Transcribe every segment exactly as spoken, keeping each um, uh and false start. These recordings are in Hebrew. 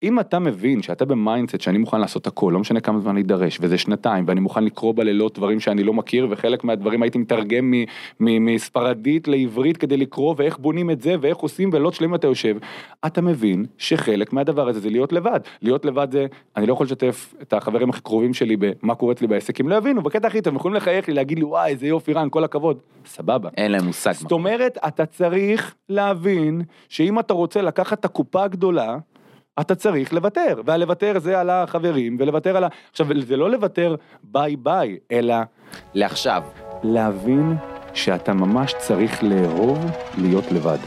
אם אתה מבין שאתה במיינדסט שאני מוכן לעשות הכל, לא משנה כמה זמן להידרש, וזה שנתיים, ואני מוכן לקרוא בלילות דברים שאני לא מכיר, וחלק מהדברים הייתי מתרגם מספרדית לעברית כדי לקרוא, ואיך בונים את זה, ואיך עושים, ולא שלמים אתה יושב, אתה מבין שחלק מהדבר הזה זה להיות לבד. להיות לבד זה, אני לא יכול לשתף את החברים הכי קרובים שלי במה קורה לי בעסק, אם לא יבינו, בקטע הכי טוב, הם יכולים לחייך לי, להגיד לי, וואי, איזה יופי רן, כל הכבוד. סבבה. אין להם מושג. זאת אומרת, אתה צריך להבין שאם אתה רוצה לקחת את הקופה הגדולה, אתה צריך לוותר, והלוותר זה על החברים, ולוותר על ה... עכשיו, זה לא לוותר ביי ביי, אלא... לעכשיו. להבין שאתה ממש צריך לאהוב להיות לבד.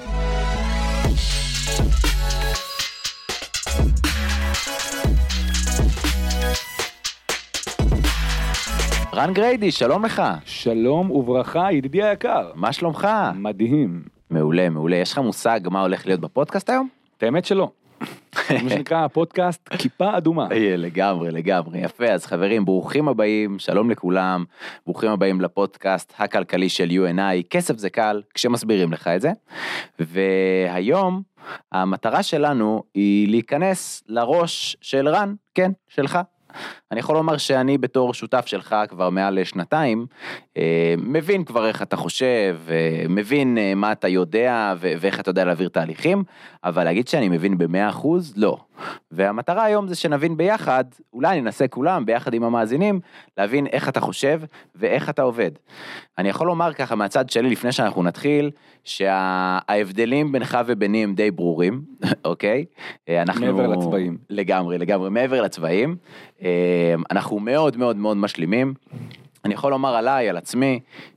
רן גריידי, שלום לך. שלום וברכה, ידידי היקר. מה שלומך? מדהים. מעולה, מעולה. יש לך מושג מה הולך להיות בפודקאסט היום? את האמת שלא. מה שנקרא הפודקאסט כיפה אדומה. לגמרי, לגמרי. יפה, אז חברים, ברוכים הבאים, שלום לכולם, ברוכים הבאים לפודקאסט הכלכלי של יו אן איי, כסף זה קל, כשמסבירים לך את זה. והיום המטרה שלנו היא להיכנס לראש של רן, כן, שלך. אני יכול לומר שאני בתור שותף שלך כבר מעל שנתיים, מבין כבר איך אתה חושב, מבין מה אתה יודע ואיך אתה יודע להעביר תהליכים, אבל להגיד שאני מבין במאה אחוז, לא. והמטרה היום זה שנבין ביחד, אולי ננסה כולם ביחד עם המאזינים, להבין איך אתה חושב ואיך אתה עובד. אני יכול לומר ככה מהצד שלי לפני שאנחנו נתחיל, שההבדלים בינך וביני הם די ברורים, אוקיי? אנחנו... מעבר לצבעים. לגמרי, לגמרי, מעבר לצבעים. אנחנו מאוד מאוד מאוד משלימים. אני יכול לומר עליי, על עצמי,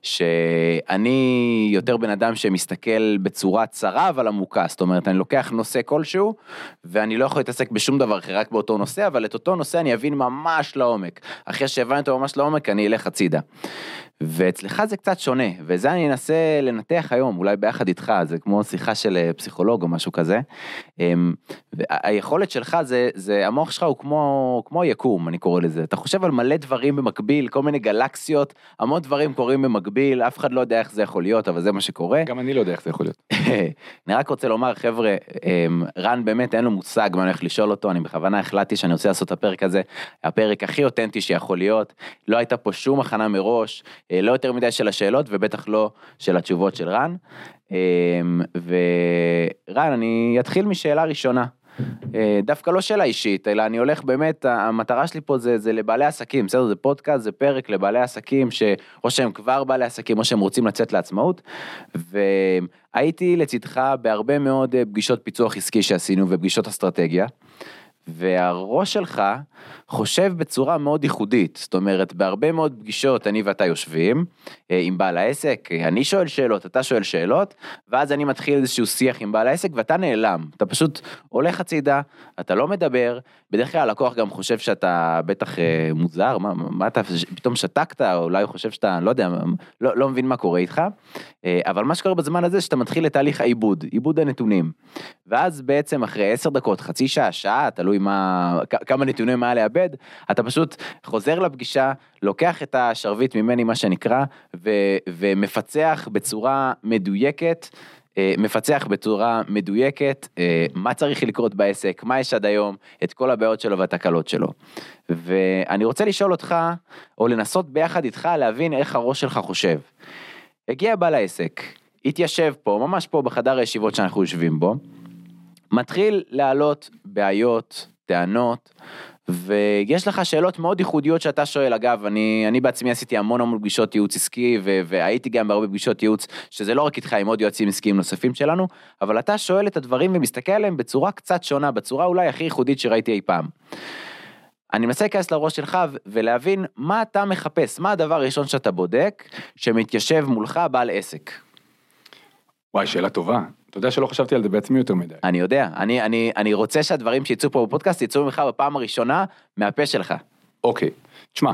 שאני יותר בן אדם שמסתכל בצורה צרה אבל עמוקה, זאת אומרת, אני לוקח נושא כלשהו, ואני לא יכול להתעסק בשום דבר אחר, רק באותו נושא, אבל את אותו נושא אני אבין ממש לעומק. אחרי שהבנתי אותו ממש לעומק, אני אלך הצידה. ואצלך זה קצת שונה, וזה אני אנסה לנתח היום, אולי ביחד איתך, זה כמו שיחה של פסיכולוג או משהו כזה. היכולת שלך זה, זה המוח שלך הוא כמו, כמו יקום, אני קורא לזה. אתה חושב על מלא דברים במקביל, כל מיני גלקסיות, המון דברים קורים במקביל, אף אחד לא יודע איך זה יכול להיות, אבל זה מה שקורה. גם אני לא יודע איך זה יכול להיות. אני רק רוצה לומר, חבר'ה, רן באמת אין לו מושג מה אני הולך לשאול אותו, אני בכוונה החלטתי שאני רוצה לעשות את הפרק הזה, הפרק הכי אותנטי שיכול להיות, לא הייתה פה שום הכנה מראש, לא יותר מדי של השאלות, ובטח לא של התשובות של רן. ורן, אני אתחיל משאלה ראשונה. דווקא לא שאלה אישית, אלא אני הולך באמת, המטרה שלי פה זה, זה לבעלי עסקים, בסדר, זה פודקאסט, זה פרק לבעלי עסקים, שאו שהם כבר בעלי עסקים, או שהם רוצים לצאת לעצמאות, והייתי לצדך בהרבה מאוד פגישות פיצוח עסקי שעשינו, ופגישות אסטרטגיה, והראש שלך חושב בצורה מאוד ייחודית, זאת אומרת, בהרבה מאוד פגישות אני ואתה יושבים, עם בעל העסק, אני שואל שאלות, אתה שואל שאלות, ואז אני מתחיל איזשהו שיח עם בעל העסק, ואתה נעלם, אתה פשוט הולך הצידה, אתה לא מדבר, בדרך כלל הלקוח גם חושב שאתה בטח מוזר, מה, מה אתה פתאום שתקת, או אולי הוא חושב שאתה, לא יודע, לא, לא מבין מה קורה איתך, אבל מה שקורה בזמן הזה, שאתה מתחיל לתהליך העיבוד, עיבוד הנתונים, ואז בעצם אחרי עשר דקות, חצי שעה, שעה, תלוי מה, כמה נתונים מה לאבד, אתה פשוט חוזר לפגישה, לוקח את השרביט ממני מה שנקרא, ו, ומפצח בצורה מדויקת, מפצח בצורה מדויקת, מה צריך לקרות בעסק, מה יש עד היום, את כל הבעיות שלו והתקלות שלו. ואני רוצה לשאול אותך, או לנסות ביחד איתך, להבין איך הראש שלך חושב. הגיע בעל העסק, התיישב פה, ממש פה בחדר הישיבות שאנחנו יושבים בו, מתחיל להעלות בעיות, טענות, ויש לך שאלות מאוד ייחודיות שאתה שואל. אגב, אני, אני בעצמי עשיתי המון המון פגישות ייעוץ עסקי, ו- והייתי גם בהרבה פגישות ייעוץ, שזה לא רק איתך, עם עוד יועצים עסקיים נוספים שלנו, אבל אתה שואל את הדברים ומסתכל עליהם בצורה קצת שונה, בצורה אולי הכי ייחודית שראיתי אי פעם. אני מנסה להיכנס לראש שלך ולהבין מה אתה מחפש, מה הדבר הראשון שאתה בודק, שמתיישב מולך בעל עסק. וואי, שאלה טובה. אתה יודע שלא חשבתי על זה בעצמי יותר מדי. אני יודע, אני, אני, אני רוצה שהדברים שיצאו פה בפודקאסט, יצאו ממך בפעם הראשונה, מהפה שלך. אוקיי, תשמע,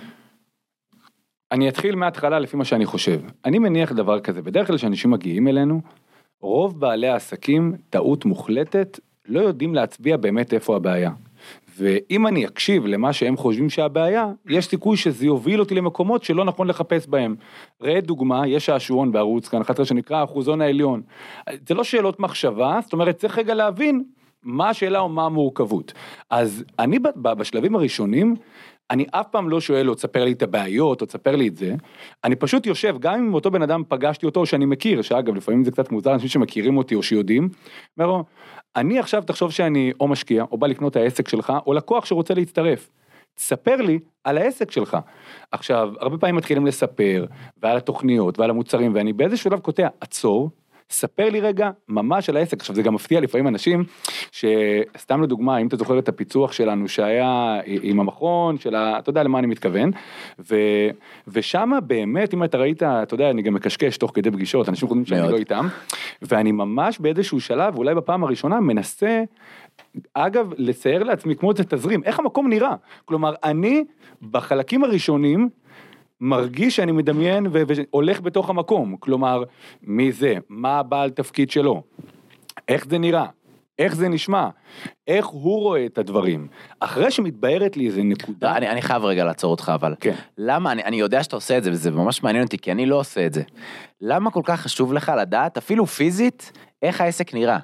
אני אתחיל מההתחלה לפי מה שאני חושב. אני מניח דבר כזה, בדרך כלל שאנשים מגיעים אלינו, רוב בעלי העסקים, טעות מוחלטת, לא יודעים להצביע באמת איפה הבעיה. ואם אני אקשיב למה שהם חושבים שהבעיה, יש סיכוי שזה יוביל אותי למקומות שלא נכון לחפש בהם. ראה דוגמה, יש השעון בערוץ כאן, אחת שנקרא האחוזון העליון. זה לא שאלות מחשבה, זאת אומרת, צריך רגע להבין מה השאלה או מה המורכבות? אז אני בשלבים הראשונים, אני אף פעם לא שואל, או תספר לי את הבעיות, או תספר לי את זה, אני פשוט יושב, גם אם אותו בן אדם פגשתי אותו, או שאני מכיר, שאגב, לפעמים זה קצת מוזר, אנשים שמכירים אותי, או שיודעים, אומר לו, אני עכשיו תחשוב שאני או משקיע, או בא לקנות את העסק שלך, או לקוח שרוצה להצטרף. תספר לי על העסק שלך. עכשיו, הרבה פעמים מתחילים לספר, ועל התוכניות, ועל המוצרים, ואני באיזה שלב קוטע, עצור, ספר לי רגע ממש על העסק. עכשיו זה גם מפתיע לפעמים אנשים שסתם לדוגמה, אם אתה זוכר את הפיצוח שלנו שהיה עם המכון של ה... אתה יודע למה אני מתכוון, ו... ושם באמת אם אתה ראית, אתה יודע, אני גם מקשקש תוך כדי פגישות, אנשים חושבים שאני לא איתם, ואני ממש באיזשהו שלב, אולי בפעם הראשונה מנסה, אגב, לצייר לעצמי כמו את תזרים, איך המקום נראה? כלומר, אני בחלקים הראשונים מרגיש שאני מדמיין והולך בתוך המקום, כלומר, מי זה, מה הבעל תפקיד שלו, איך זה נראה, איך זה נשמע, איך הוא רואה את הדברים, אחרי שמתבהרת לי איזה נקודה. אני, אני חייב רגע לעצור אותך, אבל כן. למה, אני, אני יודע שאתה עושה את זה, וזה ממש מעניין אותי, כי אני לא עושה את זה. למה כל כך חשוב לך לדעת, אפילו פיזית, איך העסק נראה?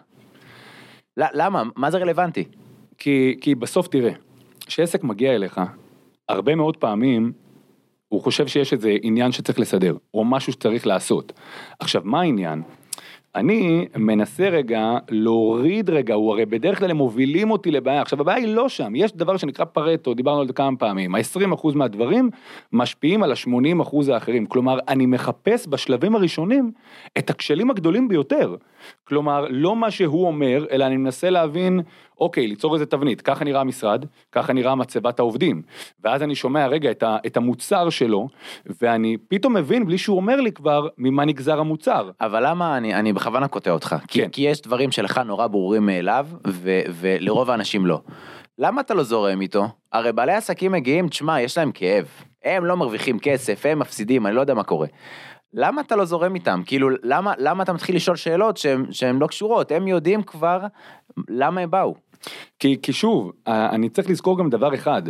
למה? מה זה רלוונטי? כי, כי בסוף תראה, כשעסק מגיע אליך, הרבה מאוד פעמים, הוא חושב שיש איזה עניין שצריך לסדר, או משהו שצריך לעשות. עכשיו, מה העניין? אני מנסה רגע, להוריד רגע, הוא הרי בדרך כלל הם מובילים אותי לבעיה, עכשיו הבעיה היא לא שם, יש דבר שנקרא פרטו, דיברנו על זה כמה פעמים, ה-עשרים אחוז מהדברים משפיעים על ה-שמונים אחוז האחרים, כלומר, אני מחפש בשלבים הראשונים את הכשלים הגדולים ביותר, כלומר, לא מה שהוא אומר, אלא אני מנסה להבין, אוקיי, ליצור איזה תבנית, ככה נראה המשרד, ככה נראה מצבת העובדים, ואז אני שומע רגע את, ה, את המוצר שלו, ואני פתאום מבין, בלי שהוא אומר לי כבר, ממה נגזר המוצר. אבל למה, אני, אני בכוונה קוטע אותך, כי, כן. כי יש דברים שלך נורא ברורים מאליו, ו, ולרוב האנשים לא. למה אתה לא זורם איתו? הרי בעלי עסקים מגיעים, תשמע, יש להם כאב, הם לא מרוויחים כסף, הם מפסידים, אני לא יודע מה קורה. למה אתה לא זורם איתם? כאילו, למה, למה אתה מתחיל לשאול שאלות שהן, שהן לא קשורות? הם יודעים כבר למה הם באו. כי, כי שוב, אני צריך לזכור גם דבר אחד,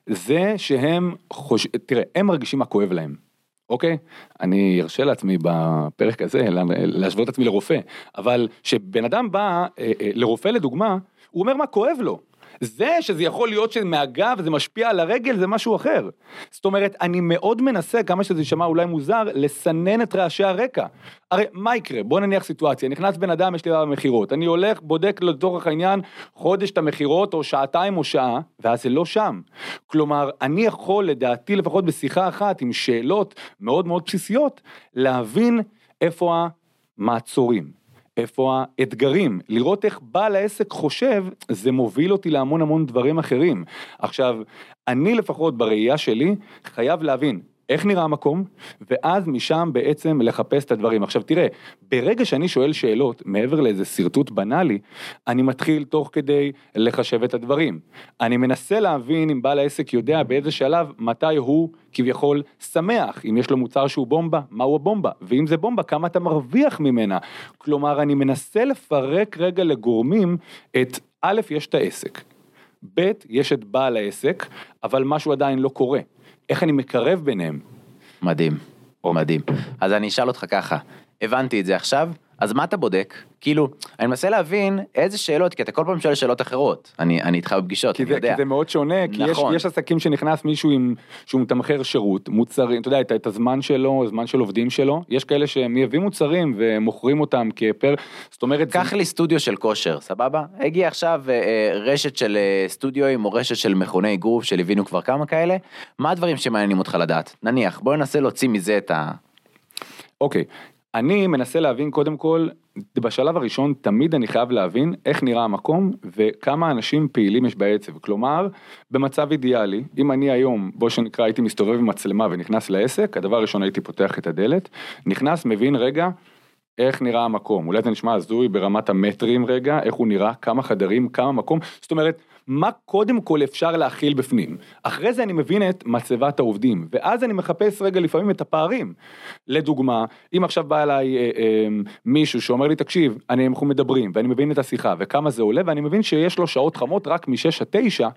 זה שהם חוש... תראה, הם מרגישים מה כואב להם, אוקיי? אני ארשה לעצמי בפרק הזה, להשוות את עצמי לרופא, אבל שבן אדם בא לרופא לדוגמה, הוא אומר מה כואב לו. זה שזה יכול להיות שמהגב זה משפיע על הרגל זה משהו אחר. זאת אומרת, אני מאוד מנסה, כמה שזה יישמע אולי מוזר, לסנן את רעשי הרקע. הרי מה יקרה? בוא נניח סיטואציה, נכנס בן אדם, יש לי במחירות, אני הולך, בודק לתוך העניין, חודש את המחירות, או שעתיים או שעה, ואז זה לא שם. כלומר, אני יכול לדעתי לפחות בשיחה אחת, עם שאלות מאוד מאוד בסיסיות, להבין איפה המעצורים. איפה האתגרים, לראות איך בעל העסק חושב, זה מוביל אותי להמון המון דברים אחרים. עכשיו, אני לפחות בראייה שלי, חייב להבין איך נראה המקום, ואז משם בעצם לחפש את הדברים. עכשיו תראה, ברגע שאני שואל שאלות, מעבר לאיזה סרטוט בנאלי, אני מתחיל תוך כדי לחשב את הדברים. אני מנסה להבין אם בעל העסק יודע באיזה שלב, מתי הוא כביכול שמח, אם יש לו מוצר שהוא בומבה, מהו הבומבה, ואם זה בומבה, כמה אתה מרוויח ממנה. כלומר, אני מנסה לפרק רגע לגורמים את, א', יש את העסק, ב', יש את בעל העסק, אבל משהו עדיין לא קורה. איך אני מקרב ביניהם? מדהים, מדהים. אז אני אשאל אותך ככה, הבנתי את זה עכשיו, אז מה אתה בודק? כאילו, אני מנסה להבין איזה שאלות, כי אתה כל פעם שואל שאלות אחרות. אני, אני איתך בפגישות, אני יודע. כי זה מאוד שונה, כי נכון. יש, יש עסקים שנכנס מישהו עם, שהוא מתמחר שירות, מוצרים, אתה יודע, את, את הזמן שלו, הזמן של עובדים שלו, יש כאלה שמייבאים מוצרים ומוכרים אותם כפר, זאת אומרת... קח זה... לי סטודיו של כושר, סבבה? הגיע עכשיו אה, רשת של אה, סטודיואים, או רשת של מכוני גרוף, שליווינו כבר כמה כאלה, מה הדברים שמעניינים אותך לדעת? נניח, בוא ננסה להוציא מזה את ה... אוקיי. אני מנסה להבין קודם כל, בשלב הראשון תמיד אני חייב להבין איך נראה המקום וכמה אנשים פעילים יש בעצב. כלומר, במצב אידיאלי, אם אני היום, בו שנקרא, הייתי מסתובב עם מצלמה ונכנס לעסק, הדבר הראשון הייתי פותח את הדלת, נכנס, מבין רגע, איך נראה המקום. אולי זה נשמע הזוי ברמת המטרים רגע, איך הוא נראה, כמה חדרים, כמה מקום. זאת אומרת, מה קודם כל אפשר להכיל בפנים. אחרי זה אני מבין את מצבת העובדים, ואז אני מחפש רגע לפעמים את הפערים. לדוגמה, אם עכשיו בא אליי אה, אה, מישהו שאומר לי, תקשיב, אני, אנחנו מדברים, ואני מבין את השיחה, וכמה זה עולה, ואני מבין שיש לו שעות חמות רק משש עד תשע,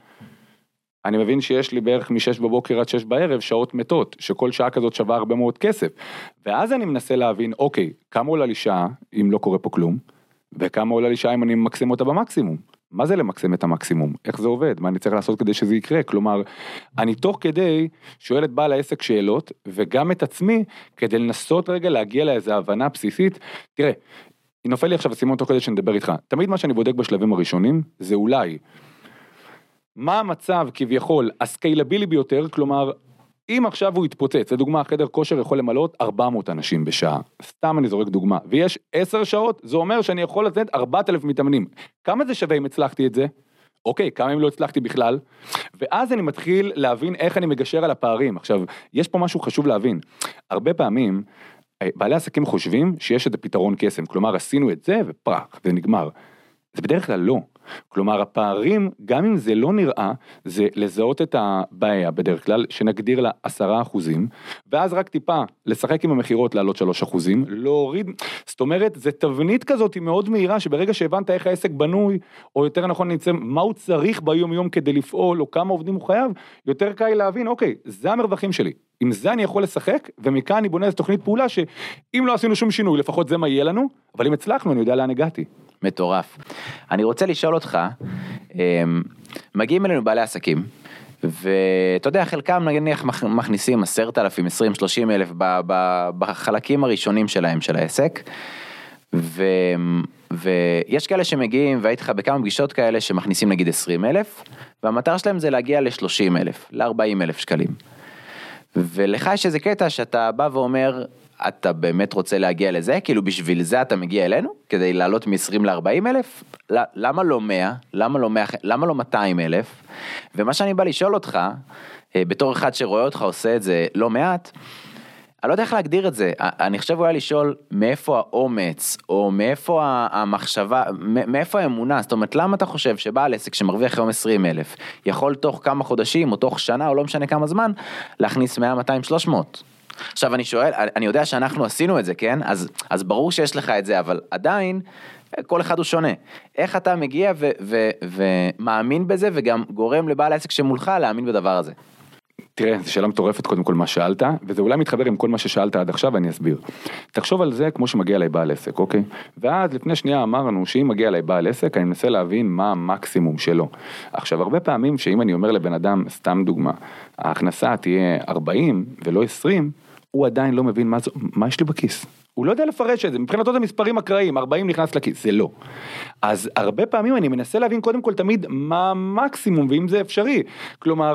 אני מבין שיש לי בערך משש בבוקר עד שש בערב, שעות מתות, שכל שעה כזאת שווה הרבה מאוד כסף. ואז אני מנסה להבין, אוקיי, כמה עולה לי שעה, אם לא קורה פה כלום, וכמה עולה לי שעה אם אני מקסים אותה במקסימום. מה זה למקסם את המקסימום? איך זה עובד? מה אני צריך לעשות כדי שזה יקרה? כלומר, אני תוך כדי שואל את בעל העסק שאלות, וגם את עצמי, כדי לנסות רגע להגיע לאיזו הבנה בסיסית. תראה, נופל לי עכשיו הסימון תוך כדי שנדבר איתך. תמיד מה שאני בודק בשלבים הראשונים, זה אולי, מה המצב כביכול הסקיילבילי ביותר, כלומר, אם עכשיו הוא יתפוצץ, לדוגמה, חדר כושר יכול למלות ארבע מאות אנשים בשעה, סתם אני זורק דוגמה, ויש עשר שעות, זה אומר שאני יכול לתת ארבעת אלפים מתאמנים. כמה זה שווה אם הצלחתי את זה? אוקיי, כמה אם לא הצלחתי בכלל? ואז אני מתחיל להבין איך אני מגשר על הפערים. עכשיו, יש פה משהו חשוב להבין. הרבה פעמים, בעלי עסקים חושבים שיש את הפתרון קסם, כלומר, עשינו את זה ופרח, זה נגמר. זה בדרך כלל לא. כלומר, הפערים, גם אם זה לא נראה, זה לזהות את הבעיה בדרך כלל, שנגדיר לה עשרה אחוזים, ואז רק טיפה לשחק עם המחירות לעלות שלוש אחוזים, להוריד, זאת אומרת, זה תבנית כזאת היא מאוד מהירה, שברגע שהבנת איך העסק בנוי, או יותר נכון נצא, מה הוא צריך ביום יום כדי לפעול, או כמה עובדים הוא חייב, יותר קל להבין, אוקיי, זה המרווחים שלי. עם זה אני יכול לשחק, ומכאן אני בונה איזו תוכנית פעולה, שאם לא עשינו שום שינוי, לפחות זה מה יהיה לנו, אבל אם הצלחנו, אני יודע לאן הגעתי. מטורף. אני רוצה לשאול אותך, מגיעים אלינו בעלי עסקים, ואתה יודע, חלקם נניח מכניסים עשרת אלפים, עשרים, שלושים אלף בחלקים הראשונים שלהם של העסק, ו... ויש כאלה שמגיעים, והייתי לך בכמה פגישות כאלה שמכניסים נגיד עשרים אלף, והמטרה שלהם זה להגיע ל-שלושים אלף, ל-ארבעים אלף שקלים. ולך יש איזה קטע שאתה בא ואומר, אתה באמת רוצה להגיע לזה? כאילו בשביל זה אתה מגיע אלינו? כדי לעלות מ-עשרים ל-ארבעים אלף? למה לא מאה? למה לא מאה? למה לא מאתיים אלף? ומה שאני בא לשאול אותך, בתור אחד שרואה אותך עושה את זה לא מעט, אני לא יודע איך להגדיר את זה. אני חושב אולי לשאול מאיפה האומץ, או מאיפה המחשבה, מאיפה האמונה. זאת אומרת, למה אתה חושב שבעל עסק שמרוויח היום עשרים אלף, יכול תוך כמה חודשים, או תוך שנה, או לא משנה כמה זמן, להכניס מאה, מאתיים, שלוש מאות? עכשיו אני שואל, אני יודע שאנחנו עשינו את זה, כן? אז, אז ברור שיש לך את זה, אבל עדיין, כל אחד הוא שונה. איך אתה מגיע ו, ו, ומאמין בזה, וגם גורם לבעל העסק שמולך להאמין בדבר הזה? תראה, זו שאלה מטורפת קודם כל מה שאלת, וזה אולי מתחבר עם כל מה ששאלת עד עכשיו, ואני אסביר. תחשוב על זה כמו שמגיע אליי בעל עסק, אוקיי? ואז לפני שנייה אמרנו שאם מגיע אליי בעל עסק, אני מנסה להבין מה המקסימום שלו. עכשיו, הרבה פעמים שאם אני אומר לבן אדם, סתם דוגמה, ההכנסה תהיה ארבעים ולא עשרים, הוא עדיין לא מבין מה, זו, מה יש לי בכיס. הוא לא יודע לפרש את זה, מבחינתו זה מספרים אקראיים, ארבעים נכנס לכיס, זה לא. אז הרבה פעמים אני מנסה להבין קודם כל תמיד מה המקסימום, ואם זה אפשרי. כלומר,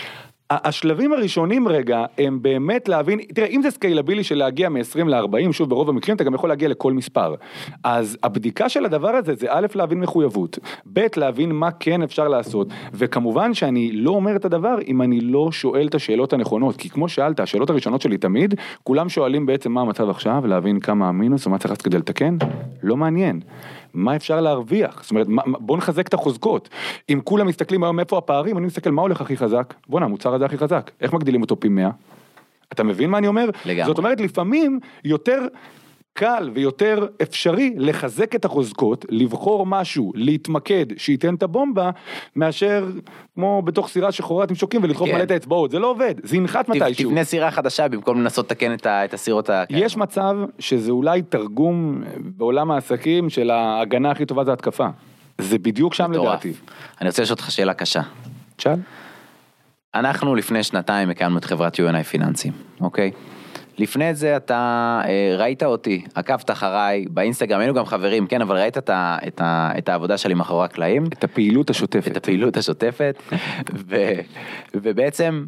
השלבים הראשונים רגע, הם באמת להבין, תראה, אם זה סקיילבילי של להגיע מ-עשרים ל-ארבעים, שוב ברוב המקרים, אתה גם יכול להגיע לכל מספר. אז הבדיקה של הדבר הזה, זה א', להבין מחויבות, ב', להבין מה כן אפשר לעשות, וכמובן שאני לא אומר את הדבר, אם אני לא שואל את השאלות הנכונות, כי כמו שאלת, השאלות הראשונות שלי תמיד, כולם שואלים בעצם מה המצב עכשיו, להבין כמה המינוס, או מה צריך לעשות כדי לתקן, לא מעניין. מה אפשר להרוויח? זאת אומרת, בוא נחזק את החוזקות. אם כולם מסתכלים היום איפה הפערים, אני מסתכל מה הולך הכי חזק. בוא נה, המוצר הזה הכי חזק. איך מגדילים אותו פי מאה? אתה מבין מה אני אומר? לגמרי. זאת אומרת, לפעמים יותר קל ויותר אפשרי לחזק את החוזקות, לבחור משהו, להתמקד, שייתן את הבומבה, מאשר כמו בתוך סירה שחורה אתם שוקים ולדחוף מלא את האצבעות. זה לא עובד, זה ינחת מתישהו. תבנה סירה חדשה במקום לנסות לתקן את הסירות הכאלה. יש מצב שזה אולי תרגום בעולם העסקים של ההגנה הכי טובה זה התקפה. זה בדיוק שם לדעתי. אני רוצה לשאול אותך שאלה קשה. שאל? אנחנו לפני שנתיים הקמנו את חברת יו אן איי פיננסים, אוקיי? לפני זה אתה ראית אותי, עקבת אחריי, באינסטגרם, היינו גם חברים, כן, אבל ראית את, ה, את, ה, את העבודה שלי מאחורי הקלעים. את הפעילות השוטפת. את הפעילות השוטפת, ו, ובעצם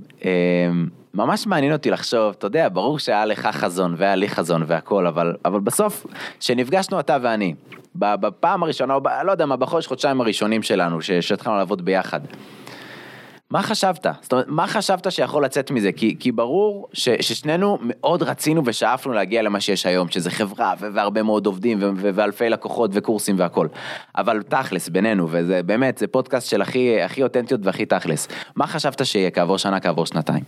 ממש מעניין אותי לחשוב, אתה יודע, ברור שהיה לך חזון, והיה לי חזון והכל, אבל, אבל בסוף, שנפגשנו אתה ואני, בפעם הראשונה, או ב, לא יודע מה, בחודש חודשיים הראשונים שלנו, שהתחלנו לעבוד ביחד, מה חשבת? זאת אומרת, מה חשבת שיכול לצאת מזה? כי, כי ברור ש, ששנינו מאוד רצינו ושאפנו להגיע למה שיש היום, שזה חברה והרבה מאוד עובדים ו- ואלפי לקוחות וקורסים והכל. אבל תכלס בינינו, וזה באמת, זה פודקאסט של הכי, הכי אותנטיות והכי תכלס. מה חשבת שיהיה כעבור שנה, כעבור שנתיים?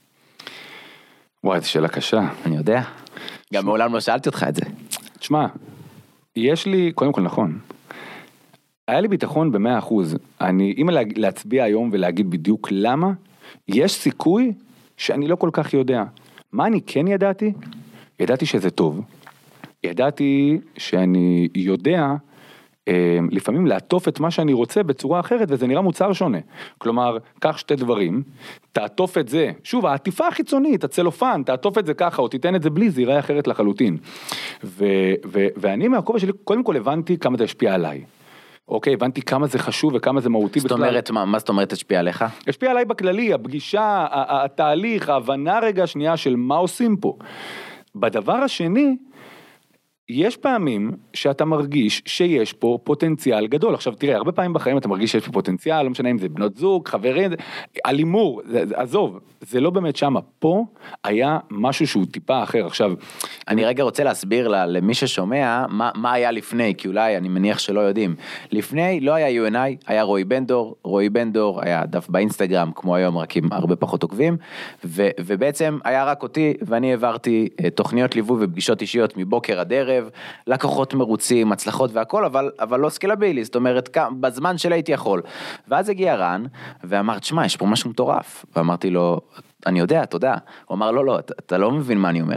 וואי, זו שאלה קשה. אני יודע. גם מעולם לא שאלתי אותך את זה. תשמע, יש לי, קודם כל נכון, היה לי ביטחון במאה אחוז, אני, אם להצביע היום ולהגיד בדיוק למה, יש סיכוי שאני לא כל כך יודע. מה אני כן ידעתי? ידעתי שזה טוב. ידעתי שאני יודע לפעמים לעטוף את מה שאני רוצה בצורה אחרת, וזה נראה מוצר שונה. כלומר, קח שתי דברים, תעטוף את זה, שוב, העטיפה החיצונית, הצלופן, תעטוף את זה ככה, או תיתן את זה בלי, זה ייראה אחרת לחלוטין. ו, ו, ואני מהכובע שלי, קודם כל הבנתי כמה זה השפיע עליי. אוקיי, הבנתי כמה זה חשוב וכמה זה מהותי. זאת אומרת, מה, מה זאת אומרת השפיע עליך? השפיע עליי בכללי, הפגישה, התהליך, ההבנה רגע שנייה של מה עושים פה. בדבר השני, יש פעמים שאתה מרגיש שיש פה פוטנציאל גדול. עכשיו תראה, הרבה פעמים בחיים אתה מרגיש שיש פה פוטנציאל, לא משנה אם זה בנות זוג, חברים, על הימור, עזוב, זה לא באמת שמה. פה היה משהו שהוא טיפה אחר. עכשיו, אני רגע רוצה להסביר למי ששומע מה, מה היה לפני, כי אולי אני מניח שלא יודעים. לפני לא היה יו אן איי, היה רועי בנדור, רועי בנדור היה דף באינסטגרם, כמו היום, רק עם הרבה פחות עוקבים, ו, ובעצם היה רק אותי, ואני העברתי תוכניות ליווי ופגישות אישיות מבוקר עד ערב, לקוחות מרוצים, הצלחות והכל, אבל, אבל לא סקלבילי, זאת אומרת, בזמן שלה הייתי יכול. ואז הגיע רן, ואמר, תשמע, יש פה משהו מטורף. ואמרתי לו, אני יודע, תודה. הוא אמר, לא, לא, אתה, אתה לא מבין מה אני אומר.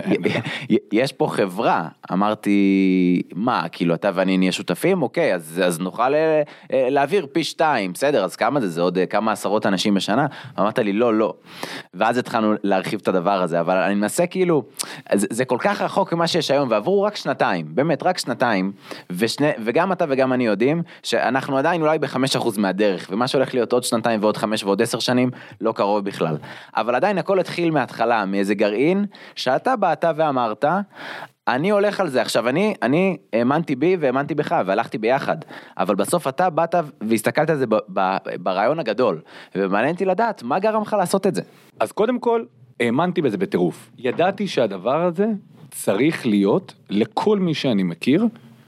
יש פה חברה. אמרתי, מה, כאילו, אתה ואני נהיה שותפים? אוקיי, אז, אז נוכל להעביר פי שתיים, בסדר, אז כמה זה? זה עוד כמה עשרות אנשים בשנה? אמרת לי, לא, לא. ואז התחלנו להרחיב את הדבר הזה, אבל אני מנסה כאילו, זה, זה כל כך רחוק ממה שיש היום, ועברו רק שנתיים, באמת, רק שנתיים, ושני, וגם אתה וגם אני יודעים, שאנחנו עדיין אולי בחמש אחוז מהדרך, ומה שהולך להיות עוד שנתיים ועוד חמש ועוד עשר שנים, לא קרוב בכלל. אבל עדיין הכל התחיל מההתחלה, מאיזה גרעין, שאתה באת ואמרת, אני הולך על זה. עכשיו, אני, אני האמנתי בי והאמנתי בך, והלכתי ביחד. אבל בסוף אתה באת והסתכלת על זה ב, ב, ברעיון הגדול, ומעניינתי לדעת, מה גרם לך לעשות את זה? אז קודם כל, האמנתי בזה בטירוף. ידעתי שהדבר הזה צריך להיות לכל מי שאני מכיר,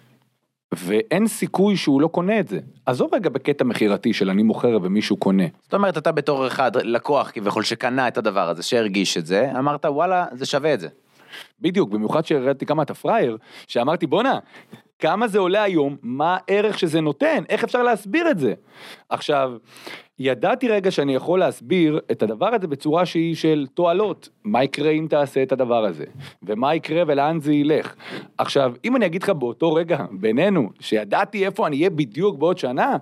ואין סיכוי שהוא לא קונה את זה. עזוב רגע בקטע מחירתי של אני מוכר ומישהו קונה. זאת אומרת, אתה בתור אחד לקוח כביכול שקנה את הדבר הזה, שהרגיש את זה, אמרת וואלה, זה שווה את זה. בדיוק, במיוחד שהראיתי כמה אתה פרייר, שאמרתי בונה, כמה זה עולה היום, מה הערך שזה נותן, איך אפשר להסביר את זה? עכשיו, ידעתי רגע שאני יכול להסביר את הדבר הזה בצורה שהיא של תועלות, מה יקרה אם תעשה את הדבר הזה, ומה יקרה ולאן זה ילך. עכשיו, אם אני אגיד לך באותו רגע, בינינו, שידעתי איפה אני אהיה בדיוק בעוד שנה,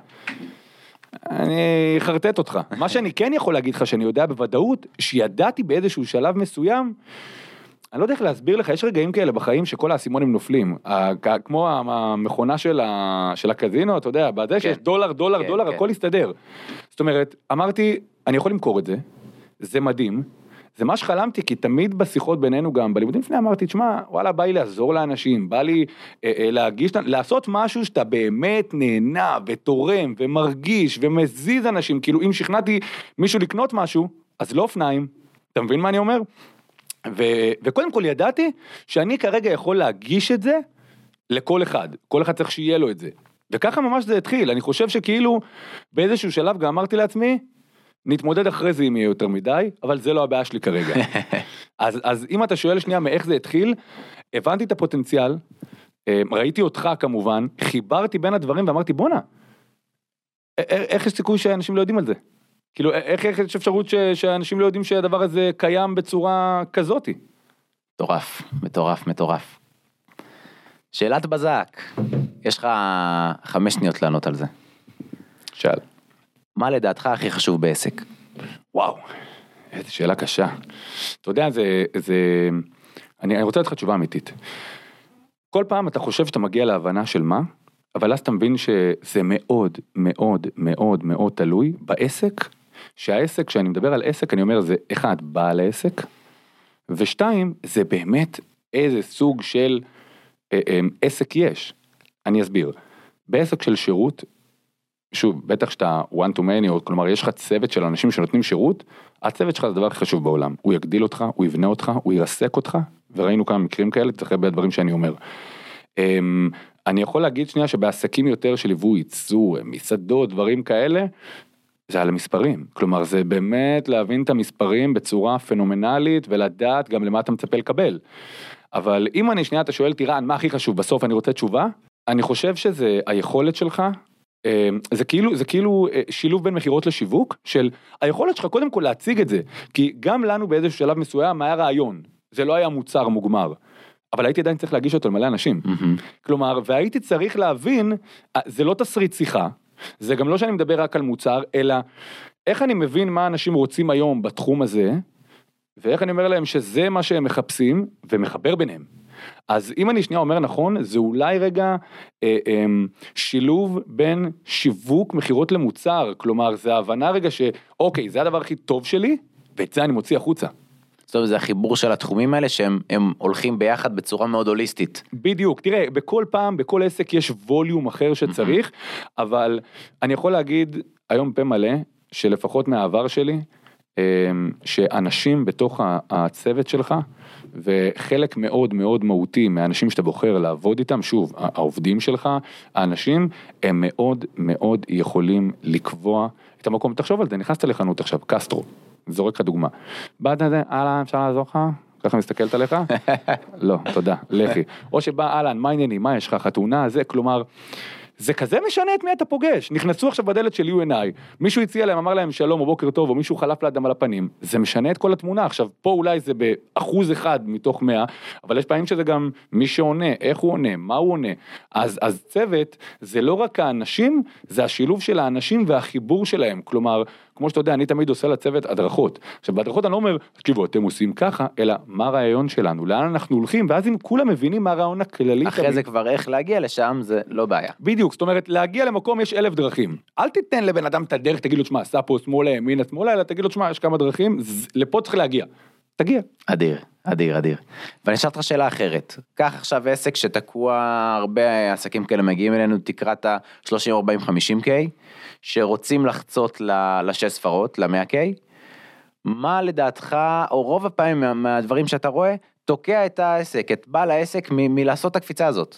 אני חרטט אותך. מה שאני כן יכול להגיד לך, שאני יודע בוודאות, שידעתי באיזשהו שלב מסוים, אני לא יודע איך להסביר לך, יש רגעים כאלה בחיים שכל האסימונים נופלים, כמו המכונה של הקזינו, אתה יודע, בזה שיש דולר, דולר, דולר, הכל יסתדר. זאת אומרת, אמרתי, אני יכול למכור את זה, זה מדהים, זה מה שחלמתי, כי תמיד בשיחות בינינו גם, בלימודים לפני אמרתי, תשמע, וואלה, בא לי לעזור לאנשים, בא לי להגיש, לעשות משהו שאתה באמת נהנה ותורם ומרגיש ומזיז אנשים, כאילו אם שכנעתי מישהו לקנות משהו, אז לא אופניים, אתה מבין מה אני אומר? ו, וקודם כל ידעתי שאני כרגע יכול להגיש את זה לכל אחד, כל אחד צריך שיהיה לו את זה, וככה ממש זה התחיל. אני חושב שכאילו באיזשהו שלב גם אמרתי לעצמי, נתמודד אחרי זה אם יהיה יותר מדי, אבל זה לא הבעיה שלי כרגע. אז, אז אם אתה שואל שנייה מאיך זה התחיל, הבנתי את הפוטנציאל, ראיתי אותך כמובן, חיברתי בין הדברים ואמרתי בונה, איך יש סיכוי שאנשים לא יודעים על זה? כאילו, איך, איך יש אפשרות ש, שאנשים לא יודעים שהדבר הזה קיים בצורה כזאת? מטורף, מטורף, מטורף. שאלת בזק, יש לך חמש שניות לענות על זה. שאל. מה לדעתך הכי חשוב בעסק? וואו, איזו שאלה קשה. אתה יודע, זה, זה, אני, אני רוצה לתת לך תשובה אמיתית. כל פעם אתה חושב שאתה מגיע להבנה של מה, אבל אז אתה מבין שזה מאוד, מאוד, מאוד, מאוד תלוי בעסק, שהעסק, כשאני מדבר על עסק, אני אומר, זה אחד, בעל העסק, ושתיים, זה באמת איזה סוג של אה, אה, עסק יש. אני אסביר. בעסק של שירות, שוב, בטח שאתה one to many, או כלומר, יש לך צוות של אנשים שנותנים שירות, הצוות שלך זה הדבר הכי חשוב בעולם. הוא יגדיל אותך, הוא יבנה אותך, הוא ירסק אותך, וראינו כמה מקרים כאלה, צריך הרבה דברים שאני אומר. אה, אני יכול להגיד שנייה שבעסקים יותר של ליווי, ייצור, מסעדות, דברים כאלה, זה על המספרים. כלומר, זה באמת להבין את המספרים בצורה פנומנלית, ולדעת גם למה אתה מצפה לקבל. אבל אם אני שנייה, אתה שואל, תירן, מה הכי חשוב? בסוף אני רוצה תשובה. אני חושב שזה היכולת שלך, זה כאילו, זה כאילו שילוב בין מחירות לשיווק, של היכולת שלך קודם כל להציג את זה, כי גם לנו באיזשהו שלב מסוים היה רעיון, זה לא היה מוצר מוגמר. אבל הייתי עדיין צריך להגיש אותו למלא אנשים. כלומר, והייתי צריך להבין, זה לא תסריט שיחה, זה גם לא שאני מדבר רק על מוצר, אלא איך אני מבין מה אנשים רוצים היום בתחום הזה, ואיך אני אומר להם שזה מה שהם מחפשים, ומחבר ביניהם. אז אם אני שנייה אומר נכון, זה אולי רגע אה, אה, שילוב בין שיווק מחירות למוצר, כלומר, זה ההבנה רגע שאוקיי, זה הדבר הכי טוב שלי, ואת זה אני מוציא החוצה. זאת אומרת, זה החיבור של התחומים האלה, שהם הם הולכים ביחד בצורה מאוד הוליסטית. בדיוק, תראה, בכל פעם, בכל עסק יש ווליום אחר שצריך, אבל אני יכול להגיד, היום פה מלא, שלפחות מהעבר שלי, שאנשים בתוך הצוות שלך, וחלק מאוד מאוד מהותי מהאנשים שאתה בוחר לעבוד איתם, שוב, העובדים שלך, האנשים, הם מאוד מאוד יכולים לקבוע את המקום. תחשוב על זה, נכנסת לחנות עכשיו, קסטרו, זורק לך דוגמה. באת לזה, אהלן, אפשר לעזור לך? ככה מסתכלת עליך? לא, תודה, לכי. או שבא, אהלן, מה העניינים, מה יש לך, חתונה, זה, כלומר, זה כזה משנה את מי אתה פוגש. נכנסו עכשיו בדלת של יו אן איי, מישהו הציע להם, אמר להם שלום או בוקר טוב, או מישהו חלף לאדם על הפנים, זה משנה את כל התמונה. עכשיו, פה אולי זה באחוז אחד מתוך מאה, אבל יש פעמים שזה גם מי שעונה, איך הוא עונה, מה הוא עונה. אז, אז צוות, זה לא רק האנשים, זה השילוב של האנשים והחיבור שלהם. כלומר, כמו שאתה יודע, אני תמיד עושה לצוות הדרכות. עכשיו, בהדרכות אני לא אומר, תקשיבו, אתם עושים ככה, אלא מה הרעיון שלנו, לאן אנחנו הולכים, ואז אם כולם מבינים מה הרעיון הכללי. אחרי תמיד... זה כבר איך להגיע לשם, זה לא בעיה. בדיוק, זאת אומרת, להגיע למקום יש אלף דרכים. אל תיתן לבן אדם את הדרך, תגיד לו, שמה, עשה פה שמאלה, ימינה, שמאלה, אלא תגיד לו, שמה, יש כמה דרכים, לפה צריך להגיע. תגיע. אדיר, אדיר, אדיר. ואני אשאל אותך שאלה אחרת. קח עכשיו עסק שתקוע, הרבה עסקים כאלה מגיעים אלינו, תקרת ה-שלושים, ארבעים, חמישים קיי, שרוצים לחצות לשש ספרות, ל-מאה קיי. מה לדעתך, או רוב הפעמים מהדברים שאתה רואה, תוקע את העסק, את בעל העסק, מ- מלעשות את הקפיצה הזאת?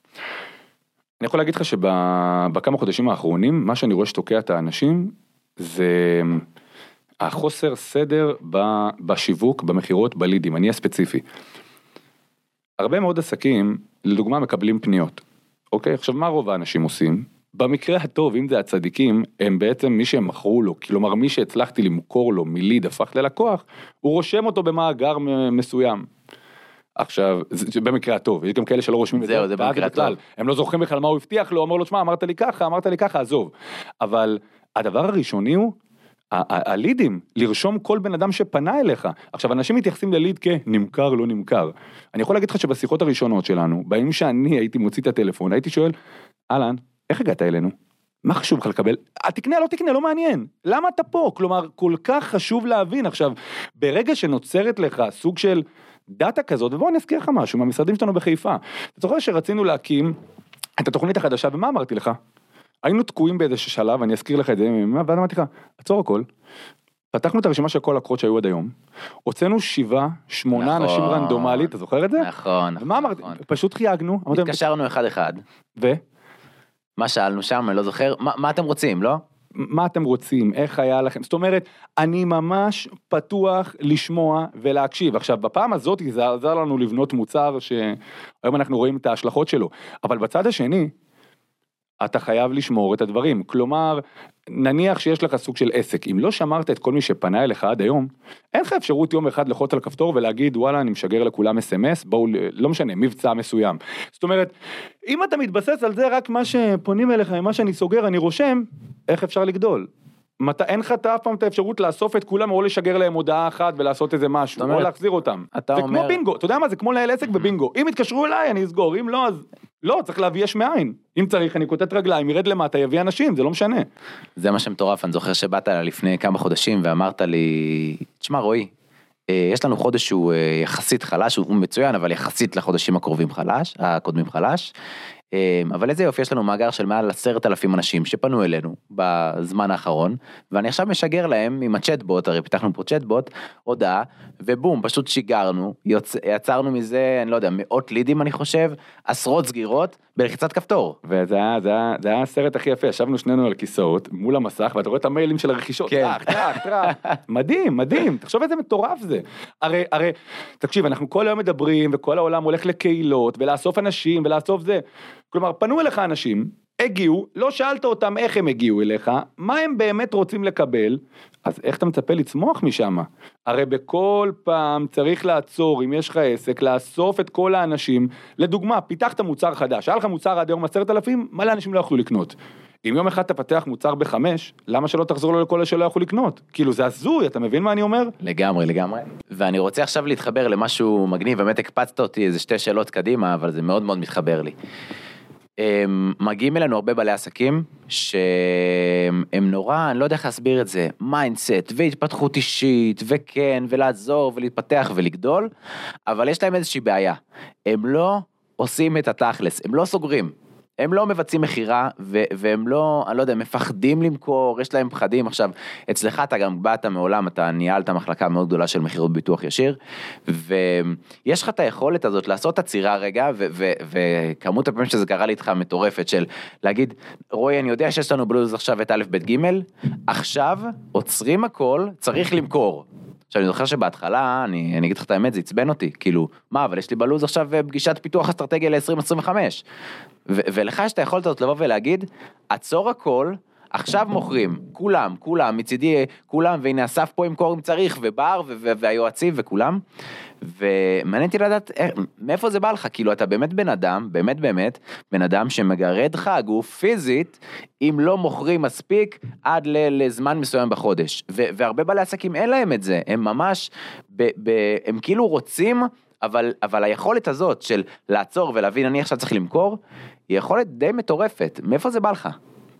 אני יכול להגיד לך שבכמה חודשים האחרונים, מה שאני רואה שתוקע את האנשים, זה החוסר סדר בשיווק, במחירות, בלידים, אני הספציפי. הרבה מאוד עסקים, לדוגמה, מקבלים פניות. אוקיי, עכשיו מה רוב האנשים עושים? במקרה הטוב, אם זה הצדיקים, הם בעצם מי שהם מכרו לו, כלומר מי שהצלחתי למכור לו מליד הפך ללקוח, הוא רושם אותו במאגר מסוים. עכשיו, זה במקרה הטוב, יש גם כאלה שלא רושמים את זה, זה במקרה הטוב. הם לא זוכרים בכלל מה הוא הבטיח לו, אמר לו, שמה, אמרת לי ככה, אמרת לי ככה, עזוב. אבל הדבר הראשוני הוא, הלידים, לרשום כל בן אדם שפנה אליך. עכשיו, אנשים מתייחסים לליד כנמכר, לא נמכר. אני יכול להגיד לך שבשיחות הראשונות שלנו, בימים שאני הייתי מוציא את הטלפון, הייתי שואל, אהלן, איך הגעת אלינו? מה חשוב לך לקבל? תקנה, לא תקנה, לא מעניין. למה אתה פה? כלומר, כל כך חשוב להבין. עכשיו, ברגע שנוצרת לך סוג של דאטה כזאת, ובואו נזכיר לך משהו, מהמשרדים שלנו בחיפה. אתה זוכר שרצינו להקים את התוכנית החדשה, ומה אמרתי לך? היינו תקועים באיזה שלב, אני אזכיר לך את זה, ואז אמרתי לך, עצור הכל. פתחנו את הרשימה של כל לקוחות שהיו עד היום, הוצאנו שבעה, שמונה נכון, אנשים רנדומלית, אתה זוכר את זה? נכון. ומה אמרתי? נכון. פשוט חייגנו. התקשרנו אחד אחד. ו? מה שאלנו שם, אני לא זוכר, מה, מה אתם רוצים, לא? מה אתם רוצים, איך היה לכם, זאת אומרת, אני ממש פתוח לשמוע ולהקשיב. עכשיו, בפעם הזאת זה עזר לנו לבנות מוצר שהיום אנחנו רואים את ההשלכות שלו, אבל בצד השני, אתה חייב לשמור את הדברים, כלומר, נניח שיש לך סוג של עסק, אם לא שמרת את כל מי שפנה אליך עד היום, אין לך אפשרות יום אחד לחוץ על כפתור ולהגיד, וואלה, אני משגר לכולם אס אם אס, בואו, לא משנה, מבצע מסוים. זאת אומרת, אם אתה מתבסס על זה, רק מה שפונים אליך, מה שאני סוגר, אני רושם, איך אפשר לגדול? מת, אין לך אף פעם את האפשרות לאסוף את כולם, או לשגר להם הודעה אחת ולעשות איזה משהו, או להחזיר אותם. זה אומר... כמו בינגו, אתה יודע מה? זה כמו לנהל עסק בבינגו. אם יתקשרו אליי, אני אסגור, אם לא, אז לא, צריך להביא יש מאין. אם צריך, אני כותת רגליים, ירד למטה, יביא אנשים, זה לא משנה. זה מה שמטורף, אני זוכר שבאת לפני כמה חודשים ואמרת לי, תשמע רועי, יש לנו חודש שהוא יחסית חלש, הוא מצוין, אבל יחסית לחודשים הקרובים חלש, הקודמים חלש, אבל איזה יופי, יש לנו מאגר של מעל עשרת אלפים אנשים שפנו אלינו בזמן האחרון, ואני עכשיו משגר להם עם הצ'טבוט, הרי פיתחנו פה צ'טבוט, הודעה, ובום, פשוט שיגרנו, יוצ... יצרנו מזה, אני לא יודע, מאות לידים אני חושב, עשרות סגירות, בלחיצת כפתור. וזה היה, זה היה, זה היה הסרט הכי יפה, ישבנו שנינו על כיסאות, מול המסך, ואתה רואה את המיילים של הרכישות, כן. טרח, טרח, טרח, מדהים, מדהים, תחשוב איזה מטורף זה. הרי, הרי, תקשיב, אנחנו כל היום מדברים, וכל העולם הולך לקהילות, ולאסוף אנשים, ולאסוף זה. כלומר, פנו אליך אנשים, הגיעו, לא שאלת אותם איך הם הגיעו אליך, מה הם באמת רוצים לקבל, אז איך אתה מצפה לצמוח משם? הרי בכל פעם צריך לעצור, אם יש לך עסק, לאסוף את כל האנשים, לדוגמה, פיתחת מוצר חדש, היה לך מוצר עד היום עשרת אלפים, מלא אנשים לא יכלו לקנות. אם יום אחד אתה פתח מוצר בחמש, למה שלא תחזור לו לכל שלא יכלו לקנות? כאילו זה הזוי, אתה מבין מה אני אומר? לגמרי, לגמרי. ואני רוצה עכשיו להתחבר למשהו מגניב, באמת הקפצת אותי איזה שתי שאלות קדימה, אבל זה מאוד מאוד מתחבר לי. מגיעים אלינו הרבה בעלי עסקים שהם נורא, אני לא יודע איך להסביר את זה, מיינדסט והתפתחות אישית וכן ולעזור ולהתפתח ולגדול, אבל יש להם איזושהי בעיה, הם לא עושים את התכלס, הם לא סוגרים, הם לא מבצעים מחירה, והם לא, אני לא יודע, מפחדים למכור, יש להם פחדים. עכשיו, אצלך אתה גם באת מעולם, אתה ניהלת מחלקה מאוד גדולה של מחירות ביטוח ישיר, ויש לך את היכולת הזאת לעשות עצירה רגע, וכמות הפעמים שזה קרה לי איתך מטורפת, של להגיד, רואי, אני יודע שיש לנו בלוז עכשיו את א' ב' ג', עכשיו עוצרים הכל, צריך למכור. עכשיו, אני זוכר שבהתחלה, אני, אני אגיד לך את האמת, זה הצבן אותי, כאילו, מה, אבל יש לי בלוז עכשיו פגישת פיתוח אסטרטגיה ל-עשרים עשרים וחמש, ו- ולך יש את היכולת הזאת לבוא ולהגיד, עצור הכל, עכשיו מוכרים, כולם, כולם, מצידי, כולם, והנה אסף פה עם קור אם צריך, ובר, ו- ו- והיועצים, וכולם, ומעניין אותי לדעת, מאיפה זה בא לך, כאילו, אתה באמת בן אדם, באמת באמת, בן אדם שמגרד חג, הוא פיזית, אם לא מוכרים מספיק, עד ל- לזמן מסוים בחודש, ו- והרבה בעלי עסקים אין להם את זה, הם ממש, ב- ב- הם כאילו רוצים, אבל, אבל היכולת הזאת של לעצור ולהבין, אני עכשיו צריך למכור, היא יכולת די מטורפת, מאיפה זה בא לך?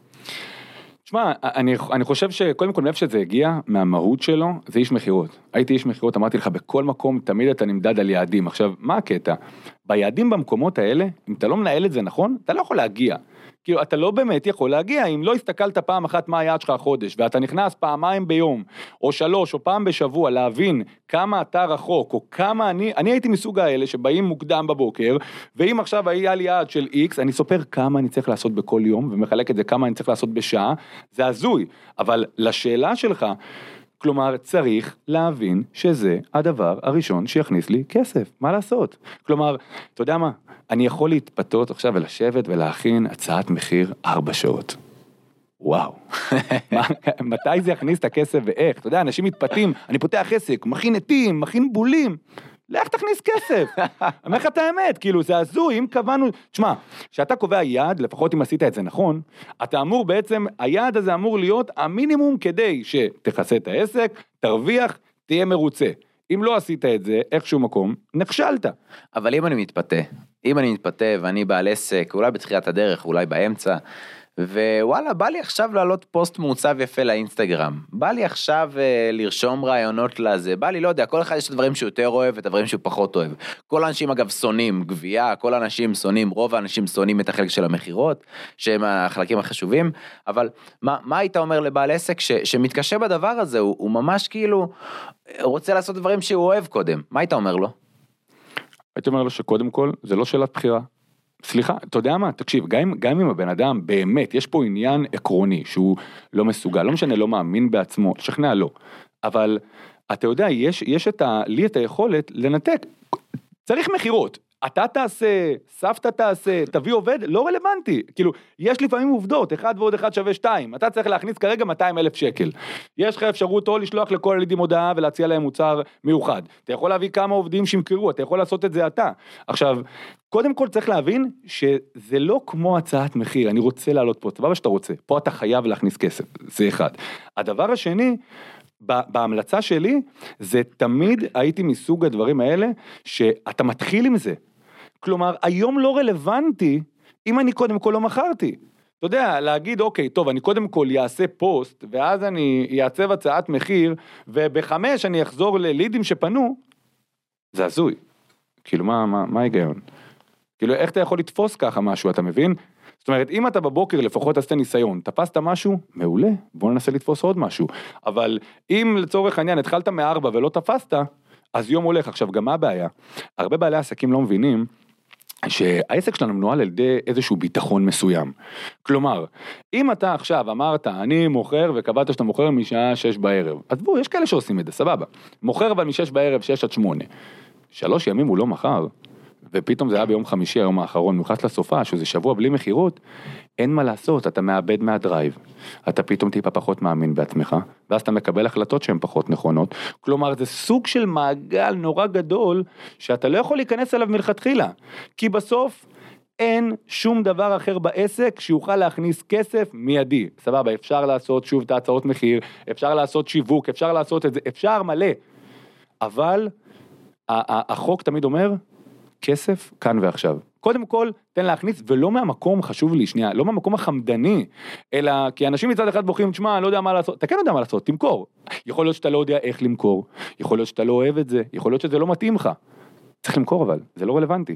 תשמע, אני, אני חושב שקודם כל מאיפה שזה הגיע, מהמהות שלו, זה איש מחירות. הייתי איש מחירות, אמרתי לך, בכל מקום תמיד אתה נמדד על יעדים. עכשיו, מה הקטע? ביעדים במקומות האלה, אם אתה לא מנהל את זה נכון, אתה לא יכול להגיע. כאילו, אתה לא באמת יכול להגיע, אם לא הסתכלת פעם אחת מה היעד שלך החודש, ואתה נכנס פעמיים ביום, או שלוש, או פעם בשבוע, להבין כמה אתה רחוק, או כמה אני, אני הייתי מסוג האלה שבאים מוקדם בבוקר, ואם עכשיו היה לי יעד של X, אני סופר כמה אני צריך לעשות בכל יום, ומחלק את זה כמה אני צריך לעשות בשעה, זה הזוי, אבל לשאלה שלך, כלומר, צריך להבין שזה הדבר הראשון שיכניס לי כסף. מה לעשות? כלומר, אתה יודע מה? אני יכול להתפתות עכשיו ולשבת ולהכין הצעת מחיר ארבע שעות. וואו. מה, מתי זה יכניס את הכסף ואיך? אתה יודע, אנשים מתפתים, אני פותח עסק, מכין עטים, מכין בולים. לך תכניס כסף. אני אומר לך את האמת, כאילו זה הזוי, אם קבענו, תשמע, כשאתה קובע יעד, לפחות אם עשית את זה נכון, אתה אמור בעצם, היעד הזה אמור להיות המינימום כדי שתכסה את העסק, תרוויח, תהיה מרוצה. אם לא עשית את זה, איכשהו מקום, נכשלת. אבל אם אני מתפתה, אם אני מתפתה ואני בעל עסק, אולי בתחילת הדרך, אולי באמצע, ווואלה, בא לי עכשיו לעלות פוסט מעוצב יפה לאינסטגרם, בא לי עכשיו uh, לרשום רעיונות לזה, בא לי, לא יודע, כל אחד יש את הדברים שהוא יותר אוהב, את הדברים שהוא פחות אוהב. כל האנשים אגב שונאים גבייה, כל האנשים שונאים, רוב האנשים שונאים את החלק של המחירות, שהם החלקים החשובים, אבל מה, מה היית אומר לבעל עסק ש, שמתקשה בדבר הזה, הוא, הוא ממש כאילו רוצה לעשות דברים שהוא אוהב קודם, מה היית אומר לו? הייתי אומר לו שקודם כל, זה לא שאלת בחירה. סליחה, אתה יודע מה? תקשיב, גם, גם אם הבן אדם באמת, יש פה עניין עקרוני שהוא לא מסוגל, לא משנה, לא מאמין בעצמו, לשכנע לא, אבל אתה יודע, יש, יש את ה, לי את היכולת לנתק, צריך מחירות, אתה תעשה, סבתא תעשה, תביא עובד, לא רלוונטי, כאילו, יש לפעמים עובדות, אחד ועוד אחד שווה שתיים, אתה צריך להכניס כרגע מאתיים אלף שקל, יש לך אפשרות או לשלוח לכל הלידים הודעה ולהציע להם מוצר מיוחד, אתה יכול להביא כמה עובדים שימכרו, אתה יכול לעשות את זה אתה, עכשיו, קודם כל צריך להבין שזה לא כמו הצעת מחיר, אני רוצה לעלות פה, סבבה שאתה רוצה, פה אתה חייב להכניס כסף, זה אחד. הדבר השני, בהמלצה שלי, זה תמיד הייתי מסוג הדברים האלה, שאתה מתחיל עם זה. כלומר, היום לא רלוונטי, אם אני קודם כל לא מכרתי. אתה יודע, להגיד, אוקיי, טוב, אני קודם כל יעשה פוסט, ואז אני יעצב הצעת מחיר, ובחמש אני אחזור ללידים שפנו, זה הזוי. כאילו, מה, מה, מה ההיגיון? כאילו, איך אתה יכול לתפוס ככה משהו, אתה מבין? זאת אומרת, אם אתה בבוקר לפחות עשתה ניסיון, תפסת משהו, מעולה, בוא ננסה לתפוס עוד משהו. אבל אם לצורך העניין התחלת מארבע ולא תפסת, אז יום הולך. עכשיו, גם מה הבעיה? הרבה בעלי עסקים לא מבינים שהעסק שלנו מנוהל על ידי איזשהו ביטחון מסוים. כלומר, אם אתה עכשיו אמרת, אני מוכר וקבעת שאתה מוכר משעה שש בערב, אז בוא, יש כאלה שעושים את זה, סבבה. מוכר אבל משש בערב, שש עד שמונה. שלוש ימים הוא לא מחר. ופתאום זה היה ביום חמישי, היום האחרון, מוכנס לסופה, שזה שבוע בלי מחירות, אין מה לעשות, אתה מאבד מהדרייב, אתה פתאום טיפה פחות מאמין בעצמך, ואז אתה מקבל החלטות שהן פחות נכונות, כלומר זה סוג של מעגל נורא גדול, שאתה לא יכול להיכנס אליו מלכתחילה, כי בסוף אין שום דבר אחר בעסק שיוכל להכניס כסף מיידי, סבבה, אפשר לעשות שוב את ההצעות מחיר, אפשר לעשות שיווק, אפשר לעשות את זה, אפשר מלא, אבל החוק תמיד אומר, כסף כאן ועכשיו. קודם כל, תן להכניס, ולא מהמקום, חשוב לי, שנייה, לא מהמקום החמדני, אלא, כי אנשים מצד אחד בוחרים, תשמע, אני לא יודע מה לעשות, אתה כן יודע מה לעשות, תמכור. יכול להיות שאתה לא יודע איך למכור, יכול להיות שאתה לא אוהב את זה, יכול להיות שזה לא מתאים לך. צריך למכור אבל, זה לא רלוונטי.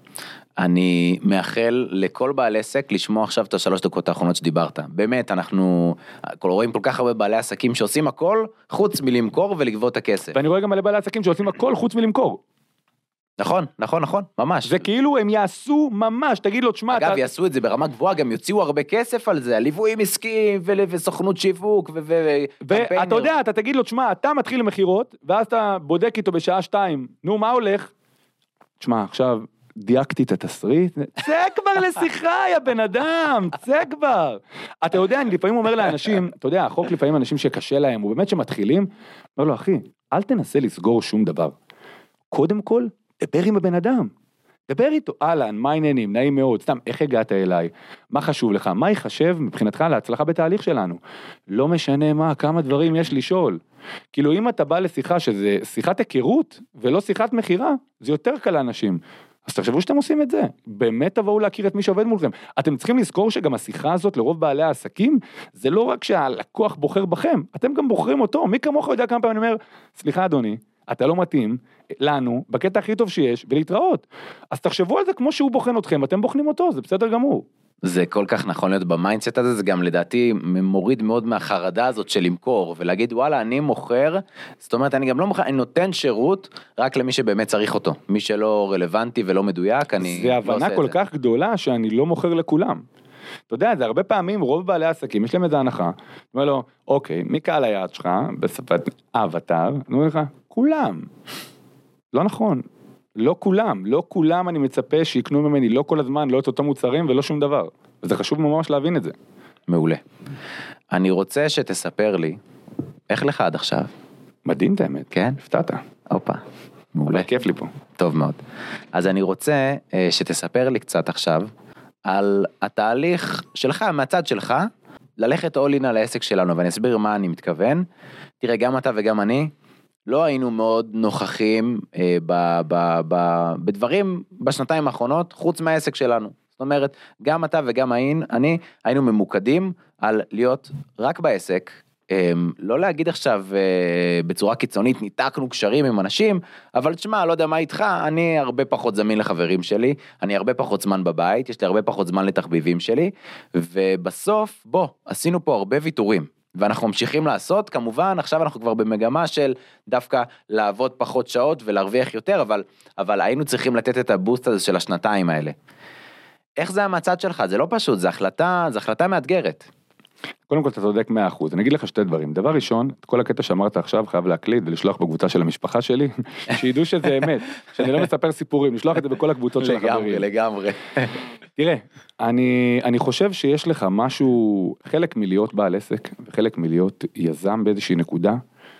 אני מאחל לכל בעל עסק לשמוע עכשיו את השלוש דקות האחרונות שדיברת. באמת, אנחנו רואים כל כך הרבה בעלי עסקים שעושים הכל, חוץ מלמכור ולגבות את הכסף. ואני רואה גם מלא בעלי עסקים שעושים הכל חוץ מלמכור. נכון, נכון, נכון, ממש. זה כאילו הם יעשו ממש, תגיד לו, תשמע... אגב, אתה... יעשו את זה ברמה גבוהה, גם יוציאו הרבה כסף על זה, ליוויים עסקיים וסוכנות שיווק ו... ואתה יודע, אתה תגיד לו, תשמע, אתה מתחיל למחירות, ואז אתה בודק איתו בשעה שתיים, נו, מה הולך? תשמע, עכשיו... דייקתי את התסריט, צא כבר לשיחה, יא בן אדם, צא כבר. אתה יודע, אני לפעמים אומר לאנשים, אתה יודע, החוק לפעמים אנשים שקשה להם, ובאמת שמתחילים, אומר לו, אחי, אל תנסה לסגור שום דבר. קודם כל, דבר עם הבן אדם. דבר איתו, אהלן, מה העניינים, נעים מאוד, סתם, איך הגעת אליי? מה חשוב לך? מה יחשב מבחינתך להצלחה בתהליך שלנו? לא משנה מה, כמה דברים יש לשאול. כאילו, אם אתה בא לשיחה שזה שיחת היכרות, ולא שיחת מחירה, זה יותר קל לאנשים. אז תחשבו שאתם עושים את זה, באמת תבואו להכיר את מי שעובד מולכם, אתם צריכים לזכור שגם השיחה הזאת לרוב בעלי העסקים, זה לא רק שהלקוח בוחר בכם, אתם גם בוחרים אותו, מי כמוך יודע כמה פעמים אני אומר, סליחה אדוני, אתה לא מתאים לנו, בקטע הכי טוב שיש, ולהתראות, אז תחשבו על זה כמו שהוא בוחן אתכם, אתם בוחנים אותו, זה בסדר גמור. זה כל כך נכון להיות במיינדסט הזה, זה גם לדעתי מוריד מאוד מהחרדה הזאת של למכור, ולהגיד וואלה אני מוכר, זאת אומרת אני גם לא מוכר, אני נותן שירות רק למי שבאמת צריך אותו, מי שלא רלוונטי ולא מדויק, אני זה הבנה כל כך גדולה שאני לא מוכר לכולם. אתה יודע, זה הרבה פעמים רוב בעלי העסקים, יש להם איזה הנחה, אומר לו, אוקיי, מי קהל היעד שלך, בשפת אבטר, אני אומר לך, כולם. לא נכון. לא כולם, לא כולם אני מצפה שיקנו ממני, לא כל הזמן, לא את אותם מוצרים ולא שום דבר. וזה חשוב ממש להבין את זה. מעולה. אני רוצה שתספר לי, איך לך עד עכשיו? מדהים את האמת. כן? הפתעת. אופה. מעולה. כיף לי פה. טוב מאוד. אז אני רוצה שתספר לי קצת עכשיו, על התהליך שלך, מהצד שלך, ללכת all in על העסק שלנו, ואני אסביר מה אני מתכוון. תראה, גם אתה וגם אני, לא היינו מאוד נוכחים אה, ב, ב, ב, בדברים בשנתיים האחרונות, חוץ מהעסק שלנו. זאת אומרת, גם אתה וגם אני, אני היינו ממוקדים על להיות רק בעסק, אה, לא להגיד עכשיו אה, בצורה קיצונית, ניתקנו קשרים עם אנשים, אבל תשמע, לא יודע מה איתך, אני הרבה פחות זמין לחברים שלי, אני הרבה פחות זמן בבית, יש לי הרבה פחות זמן לתחביבים שלי, ובסוף, בוא, עשינו פה הרבה ויתורים. ואנחנו ממשיכים לעשות, כמובן, עכשיו אנחנו כבר במגמה של דווקא לעבוד פחות שעות ולהרוויח יותר, אבל, אבל היינו צריכים לתת את הבוסט הזה של השנתיים האלה. איך זה המצד שלך? זה לא פשוט, זה החלטה, זה החלטה מאתגרת. קודם כל אתה צודק מאה אחוז, אני אגיד לך שתי דברים. דבר ראשון, את כל הקטע שאמרת עכשיו חייב להקליט ולשלוח בקבוצה של המשפחה שלי, שידעו שזה אמת, שאני לא מספר סיפורים, לשלוח את זה בכל הקבוצות של החברים. לגמרי, לגמרי. תראה, אני, אני חושב שיש לך משהו, חלק מלהיות בעל עסק, וחלק מלהיות יזם באיזושהי נקודה,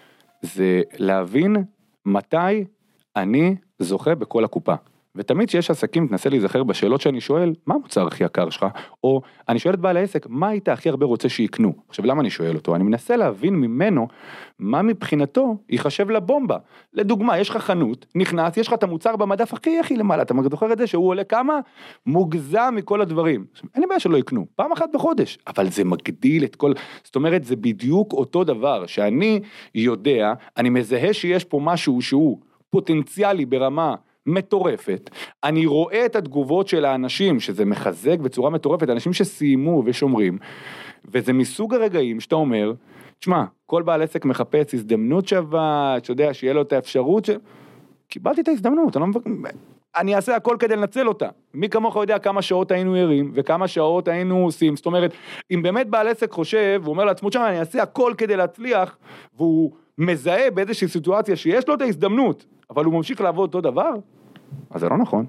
זה להבין מתי אני זוכה בכל הקופה. ותמיד שיש עסקים, תנסה להיזכר בשאלות שאני שואל, מה המוצר הכי יקר שלך? או אני שואל את בעל העסק, מה היית הכי הרבה רוצה שיקנו? עכשיו, למה אני שואל אותו? אני מנסה להבין ממנו, מה מבחינתו ייחשב לבומבה. לדוגמה, יש לך חנות, נכנס, יש לך את המוצר במדף הכי הכי למעלה, אתה זוכר את זה שהוא עולה כמה? מוגזם מכל הדברים. אין לי בעיה שלא יקנו, פעם אחת בחודש, אבל זה מגדיל את כל, זאת אומרת, זה בדיוק אותו דבר, שאני יודע, אני מזהה שיש פה משהו שהוא פוטנציאלי ברמה מטורפת, אני רואה את התגובות של האנשים, שזה מחזק בצורה מטורפת, אנשים שסיימו ושומרים, וזה מסוג הרגעים שאתה אומר, תשמע, כל בעל עסק מחפש הזדמנות שווה, אתה יודע, שיהיה לו את האפשרות, ש... קיבלתי את ההזדמנות, אני, לא מבק... אני אעשה הכל כדי לנצל אותה, מי כמוך יודע כמה שעות היינו ערים, וכמה שעות היינו עושים, זאת אומרת, אם באמת בעל עסק חושב, הוא אומר לעצמו, תשמע, אני אעשה הכל כדי להצליח, והוא מזהה באיזושהי סיטואציה שיש לו את ההזדמנות, אבל הוא ממשיך לעבוד אותו דבר, אז זה לא נכון.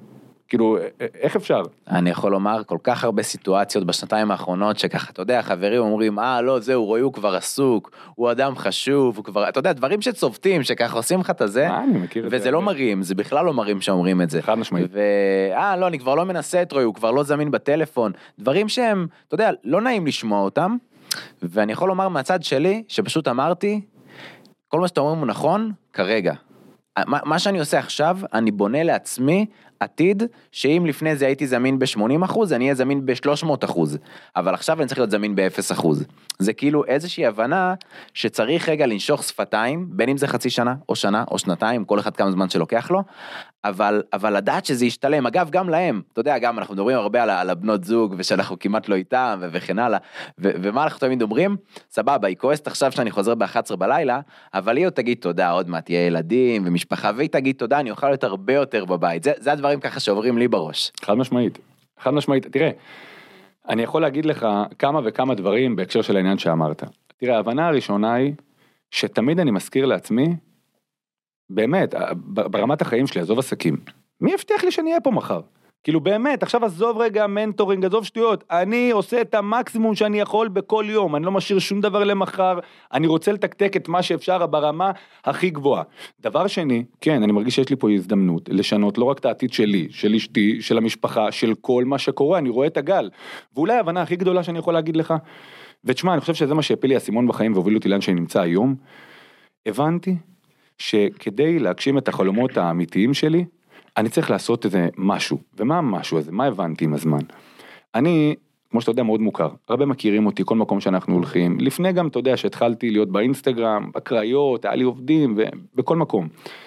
כאילו, איך אפשר? אני יכול לומר כל כך הרבה סיטואציות בשנתיים האחרונות שככה, אתה יודע, חברים אומרים, אה, לא, זהו, רואי, הוא כבר עסוק, הוא אדם חשוב, הוא כבר, אתה יודע, דברים שצובטים, שככה עושים לך את זה, אה, אני מכיר את זה. וזה לא מרים, זה בכלל לא מרים שאומרים את זה. חד משמעית. אה, לא, אני כבר לא מנסה את רואי, הוא כבר לא זמין בטלפון, דברים שהם, אתה יודע, לא נעים לשמוע אותם, ואני יכול לומר מהצד שלי, שפשוט אמרתי, כל מה שאתה אומרים הוא נכון, כרגע. מה, מה שאני עושה עכשיו, אני בונה לעצמי עתיד, שאם לפני זה הייתי זמין ב-שמונים אחוז, אני אהיה זמין ב-שלוש מאות אחוז, אבל עכשיו אני צריך להיות זמין ב-אפס אחוז. זה כאילו איזושהי הבנה, שצריך רגע לנשוך שפתיים, בין אם זה חצי שנה, או שנה, או שנתיים, כל אחד כמה זמן שלוקח לו, אבל, אבל לדעת שזה ישתלם, אגב, גם להם, אתה יודע, גם אנחנו מדברים הרבה על, על הבנות זוג, ושאנחנו כמעט לא איתם, ו- וכן הלאה, ו- ומה אנחנו תמיד אומרים? סבבה, היא כועסת עכשיו שאני חוזר ב-אחת עשרה בלילה, אבל היא עוד תגיד תודה, עוד מעט תהיה ילדים ומשפחה, והיא תגיד תודה, אני אוכל להיות הרבה יותר בבית. זה, זה הדברים ככה שעוברים לי בראש. חד משמעית, חד משמעית. תראה, אני יכול להגיד לך כמה וכמה דברים בהקשר של העניין שאמרת. תראה, ההבנה הראשונה היא, שתמיד אני מזכיר לעצמי, באמת, ברמת החיים שלי, עזוב עסקים, מי הבטיח לי שאני אהיה פה מחר? כאילו באמת, עכשיו עזוב רגע מנטורינג, עזוב שטויות, אני עושה את המקסימום שאני יכול בכל יום, אני לא משאיר שום דבר למחר, אני רוצה לתקתק את מה שאפשר ברמה הכי גבוהה. דבר שני, כן, אני מרגיש שיש לי פה הזדמנות לשנות לא רק את העתיד שלי, של אשתי, של המשפחה, של כל מה שקורה, אני רואה את הגל, ואולי ההבנה הכי גדולה שאני יכול להגיד לך, ותשמע, אני חושב שזה מה שהפיל לי הסימון בחיים והוביל אותי לאן שאני נמצא היום, הבנתי שכדי להגשים את החלומות האמיתיים שלי, אני צריך לעשות איזה משהו, ומה המשהו הזה? מה הבנתי עם הזמן? אני, כמו שאתה יודע, מאוד מוכר, הרבה מכירים אותי, כל מקום שאנחנו הולכים, לפני גם, אתה יודע, שהתחלתי להיות באינסטגרם, בקריות, היה לי עובדים, ובכל מקום.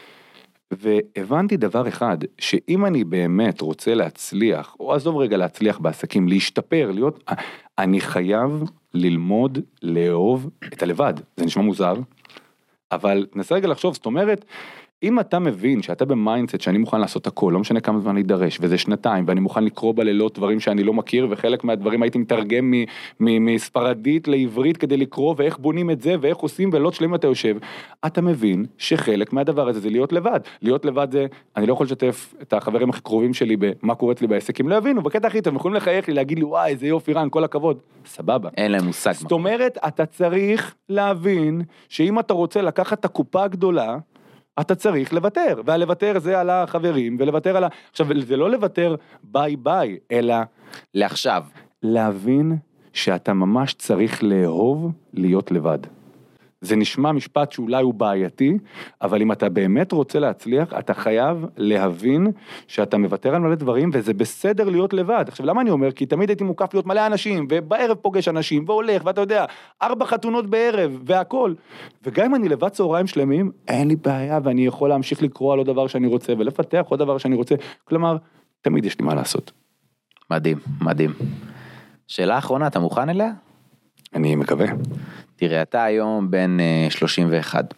והבנתי דבר אחד, שאם אני באמת רוצה להצליח, או עזוב רגע להצליח בעסקים, להשתפר, להיות, אני חייב ללמוד, לאהוב את הלבד. זה נשמע מוזר, אבל נסה רגע לחשוב, זאת אומרת, אם אתה מבין שאתה במיינדסט שאני מוכן לעשות הכל, לא משנה כמה זמן להידרש, וזה שנתיים, ואני מוכן לקרוא בלילות דברים שאני לא מכיר, וחלק מהדברים הייתי מתרגם מספרדית לעברית כדי לקרוא, ואיך בונים את זה, ואיך עושים, ולילות שלמים אתה יושב, אתה מבין שחלק מהדבר הזה זה להיות לבד. להיות לבד זה, אני לא יכול לשתף את החברים הכי קרובים שלי במה קורה אצלי בעסקים, לא יבינו, בקטע הכי טוב, יכולים לחייך לי, להגיד לי, וואי, איזה יופי רן, כל הכבוד. סבבה. אין להם מושג. זאת אומרת, אתה צריך להבין שאם אתה רוצה לקחת את הקופה הגדולה, אתה צריך לוותר, והלוותר זה על החברים, ולוותר על ה... עכשיו, זה לא לוותר ביי ביי, אלא... לעכשיו. להבין שאתה ממש צריך לאהוב להיות לבד. זה נשמע משפט שאולי הוא בעייתי, אבל אם אתה באמת רוצה להצליח, אתה חייב להבין שאתה מוותר על מלא דברים, וזה בסדר להיות לבד. עכשיו, למה אני אומר? כי תמיד הייתי מוקף להיות מלא אנשים, ובערב פוגש אנשים, והולך, ואתה יודע, ארבע חתונות בערב, והכל. וגם אם אני לבד צהריים שלמים, אין לי בעיה, ואני יכול להמשיך לקרוא על עוד דבר שאני רוצה, ולפתח עוד דבר שאני רוצה. כלומר, תמיד יש לי מה לעשות. מדהים, מדהים. שאלה האחרונה, אתה מוכן אליה? אני מקווה. תראה, אתה היום בן שלושים ואחת.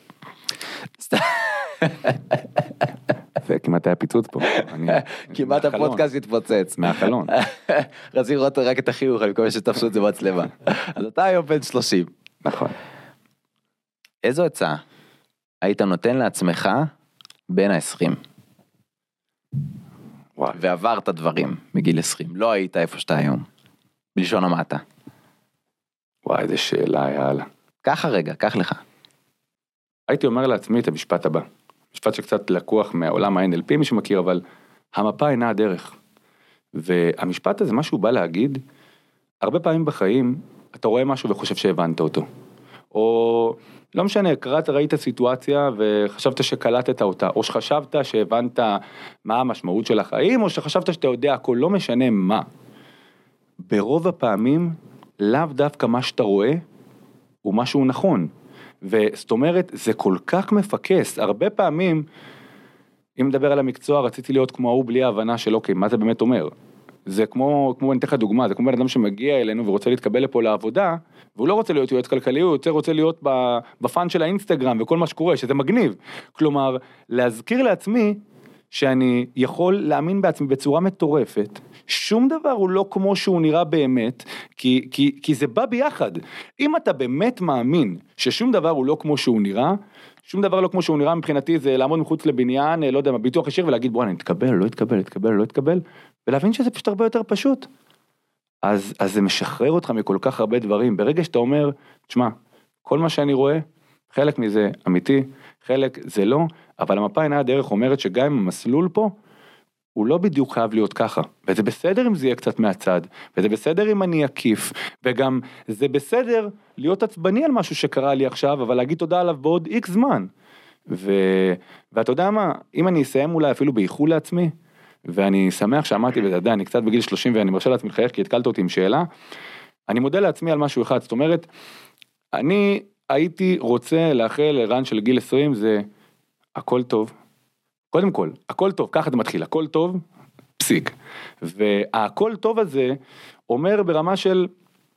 זה כמעט היה פיצוץ פה. כמעט הפודקאסט התפוצץ. מהחלון. רציתי לראות רק את החיוך, אני מקווה שתפסו את זה במצלמה. אז אתה היום בן שלושים. נכון. איזו הצעה היית נותן לעצמך בין ה-עשרים? ועברת דברים מגיל עשרים. לא היית איפה שאתה היום. בלשון המעטה. וואי, איזה שאלה, יאללה. ככה רגע, קח לך. הייתי אומר לעצמי את המשפט הבא. משפט שקצת לקוח מעולם ה-אן אל פי, מי שמכיר, אבל המפה אינה הדרך. והמשפט הזה, מה שהוא בא להגיד, הרבה פעמים בחיים, אתה רואה משהו וחושב שהבנת אותו. או לא משנה, קראת, ראית סיטואציה וחשבת שקלטת אותה, או שחשבת שהבנת מה המשמעות של החיים, או שחשבת שאתה יודע הכל, לא משנה מה. ברוב הפעמים, לאו דווקא מה שאתה רואה, הוא משהו נכון. וזאת אומרת, זה כל כך מפקס. הרבה פעמים, אם מדבר על המקצוע, רציתי להיות כמו הוא בלי ההבנה של אוקיי, מה זה באמת אומר? זה כמו, כמו אני אתן לך דוגמה, זה כמו בן אדם שמגיע אלינו ורוצה להתקבל לפה לעבודה, והוא לא רוצה להיות יועץ כלכלי, הוא רוצה, רוצה להיות בפן של האינסטגרם וכל מה שקורה, שזה מגניב. כלומר, להזכיר לעצמי, שאני יכול להאמין בעצמי בצורה מטורפת, שום דבר הוא לא כמו שהוא נראה באמת, כי, כי, כי זה בא ביחד. אם אתה באמת מאמין ששום דבר הוא לא כמו שהוא נראה, שום דבר לא כמו שהוא נראה מבחינתי זה לעמוד מחוץ לבניין, לא יודע, ביטוח ישיר ולהגיד בוא, אני אתקבל, לא אתקבל, אתקבל, לא אתקבל, ולהבין שזה פשוט הרבה יותר פשוט. אז, אז זה משחרר אותך מכל כך הרבה דברים. ברגע שאתה אומר, תשמע, כל מה שאני רואה, חלק מזה אמיתי, חלק זה לא, אבל המפה אינה הדרך אומרת שגם אם המסלול פה, הוא לא בדיוק חייב להיות ככה, וזה בסדר אם זה יהיה קצת מהצד, וזה בסדר אם אני אקיף, וגם זה בסדר להיות עצבני על משהו שקרה לי עכשיו, אבל להגיד תודה עליו בעוד איקס זמן, ו... ואתה יודע מה, אם אני אסיים אולי אפילו באיחול לעצמי, ואני שמח שאמרתי, ואתה יודע, אני קצת בגיל שלושים ואני מרשה לעצמי לחייך, כי התקלת אותי עם שאלה, אני מודה לעצמי על משהו אחד, זאת אומרת, אני הייתי רוצה לאחל לרן של גיל עשרים, זה הכל טוב, קודם כל, הכל טוב, ככה זה מתחיל, הכל טוב, פסיק. והכל טוב הזה אומר ברמה של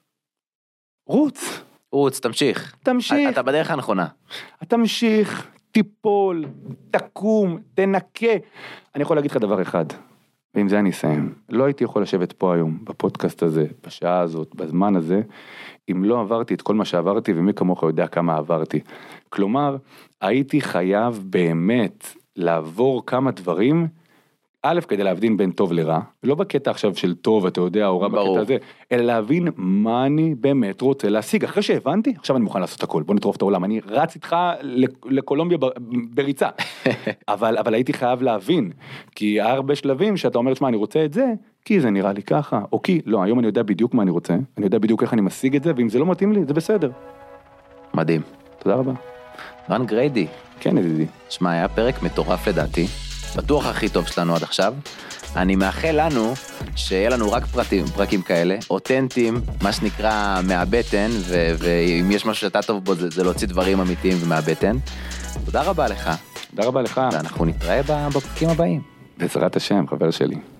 רוץ. רוץ, תמשיך. תמשיך. אתה בדרך הנכונה. תמשיך, תיפול, תקום, תנקה. אני יכול להגיד לך דבר אחד, ועם זה אני אסיים. לא הייתי יכול לשבת פה היום, בפודקאסט הזה, בשעה הזאת, בזמן הזה, אם לא עברתי את כל מה שעברתי, ומי כמוך יודע כמה עברתי. כלומר, הייתי חייב באמת לעבור כמה דברים, א', כדי להבדין בין טוב לרע, לא בקטע עכשיו של טוב, אתה יודע, או רע בקטע הזה, אלא להבין מה אני באמת רוצה להשיג. אחרי שהבנתי, עכשיו אני מוכן לעשות הכל, בוא נטרוף את העולם, אני רץ איתך לקולומביה בריצה, אבל, אבל הייתי חייב להבין, כי היה הרבה שלבים שאתה אומר, שמה, אני רוצה את זה, כי זה נראה לי ככה, או כי, לא, היום אני יודע בדיוק מה אני רוצה, אני יודע בדיוק איך אני משיג את זה, ואם זה לא מתאים לי, זה בסדר. מדהים. תודה רבה. רן גריידי. כן, ידידי. שמע, היה פרק מטורף לדעתי, בטוח הכי טוב שלנו עד עכשיו. אני מאחל לנו שיהיה לנו רק פרטים, פרקים כאלה, אותנטיים, מה שנקרא מהבטן, ו- ואם יש משהו שאתה טוב בו, זה, זה להוציא דברים אמיתיים ומהבטן. תודה רבה לך. תודה רבה לך. ואנחנו נתראה בפרקים הבאים. בעזרת השם, חבר שלי.